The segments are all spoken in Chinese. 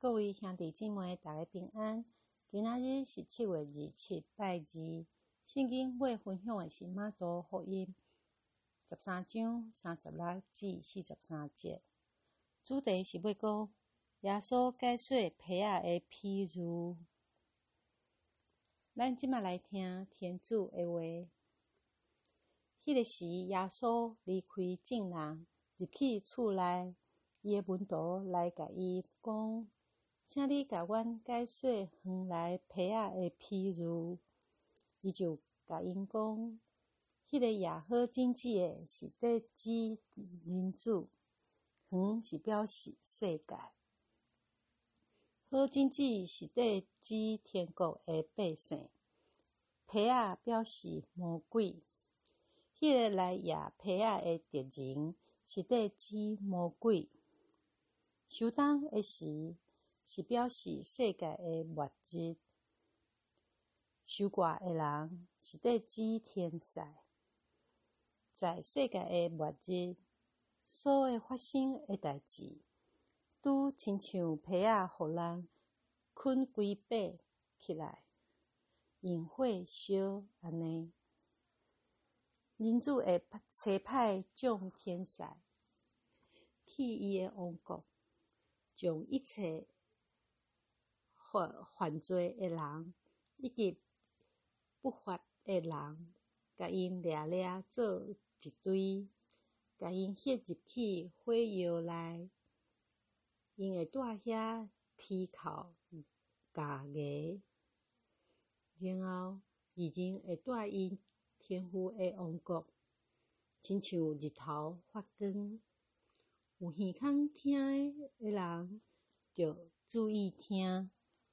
各位兄弟姊妹，大家平安。今仔日是7月27拜二，圣经要分享的是马竇福音13章36至43节。主题是要讲耶稣解说皮仔的比喻。咱即马来听天主的话。迄个时，耶稣离开众人，入去厝内，伊的门徒来甲伊讲。请你甲阮解说原来皮仔的比喻。伊就甲因讲，迄个夜好经济的是在指人子，远是表示世界。好经济是在指天国的百姓，皮仔表示魔鬼。迄个来夜皮仔的敌人是在指魔鬼。收冬的时。是表示世界的末日，受寒的人是在指天灾。在世界的末日，所有发生的代志，拄亲像皮仔互人捆规百起来，用火烧安尼。人子会差派众天使去伊的王国，将一切犯罪的人以及不法的人，甲因掠做一堆，甲因吸入去火窑内，因会住遐啼哭咬牙，然后异人会住因天父的王国，亲像日头发光。有耳孔听的人，就注意听。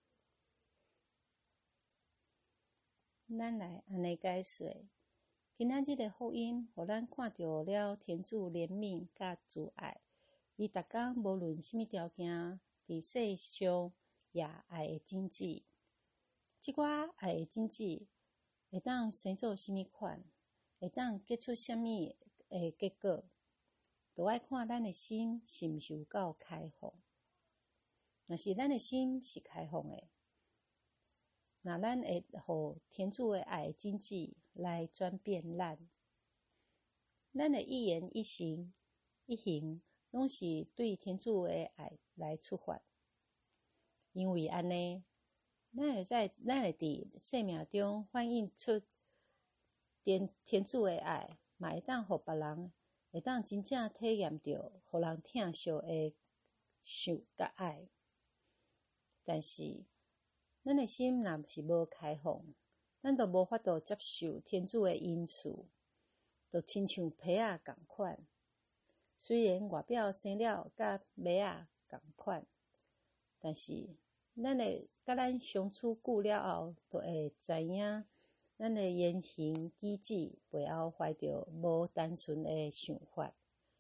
咱来安尼解说，今仔日的福音，互咱看到了天主怜悯甲慈爱。伊逐工无论什么条件，伫世上也爱的种子。即寡爱的种子会当生做什么款，会当结出什么的结果，就爱看咱的心是毋是有够开放。若是咱的心是开放的，那咱会互天主的爱的种子来转变咱的一言一行，拢是对天主的爱来出发。因为安尼，咱会伫生命中反映出天主的爱，嘛会当互别人会当真正体验到互人疼惜的想甲爱。但是咱的心若是无开放，咱就无法度接受天主的恩赐，就亲像皮仔共款。虽然外表生了甲麦仔共款，但是咱会甲咱相处久了后，就会知影咱的言行举止背后怀着无单纯的想法，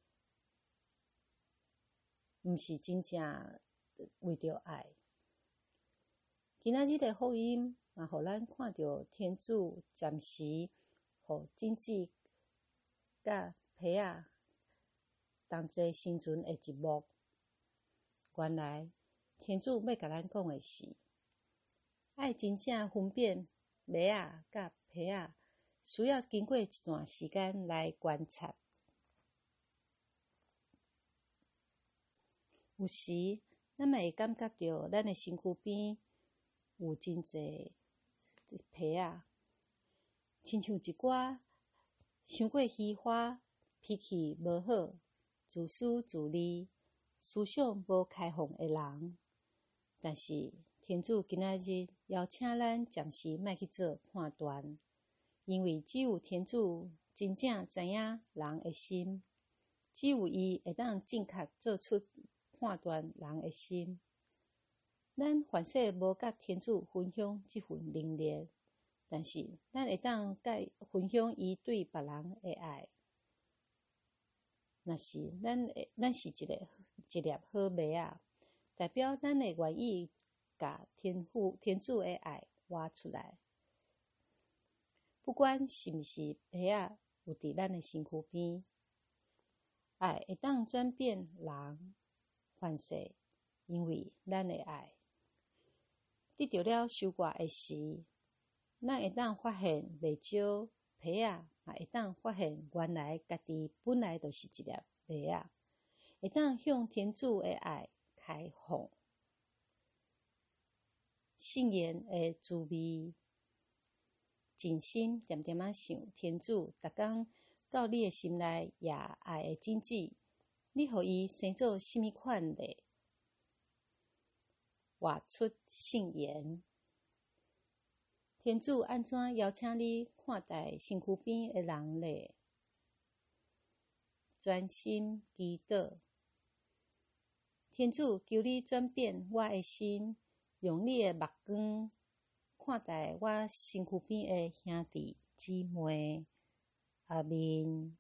毋是真正为着爱。今仔日的福音嘛，互咱看到天主暂时互种子甲皮仔同齐生存的一幕。原来天主要甲咱讲的是，爱真正分辨麦仔甲皮仔，需要经过一段时间来观察。有时咱会感觉到咱的身躯边有真侪皮仔，亲像一寡伤过虚华、脾气无好、自私自利、思想无开放的人。但是天主今仔日邀请咱暂时莫去做判断，因为只有天主真正知影人的心，只有伊会当正确做出判断人的心。咱凡世无甲天主分享这份能力，但是咱会当甲分享伊对别人的爱。若是咱是一粒好麦仔，代表咱会愿意甲天主的爱活出来。不管是毋是皮仔有伫咱的身躯边，爱会当转变人、凡世， 因为咱的爱。得到了收割的时，咱会当发现袂少皮仔，嘛会当发现原来家己本来就是一粒麦仔，会当向天主的爱开放。圣言的滋味，真心点点仔想天主，逐工到你的心内也爱的种子，你互伊生做什么款的？活出圣言。天主安怎邀请你看待身躯边的人呢？专心祈祷。天主求你转变我的心，用你的目光看待我身躯边的兄弟姊妹。阿们。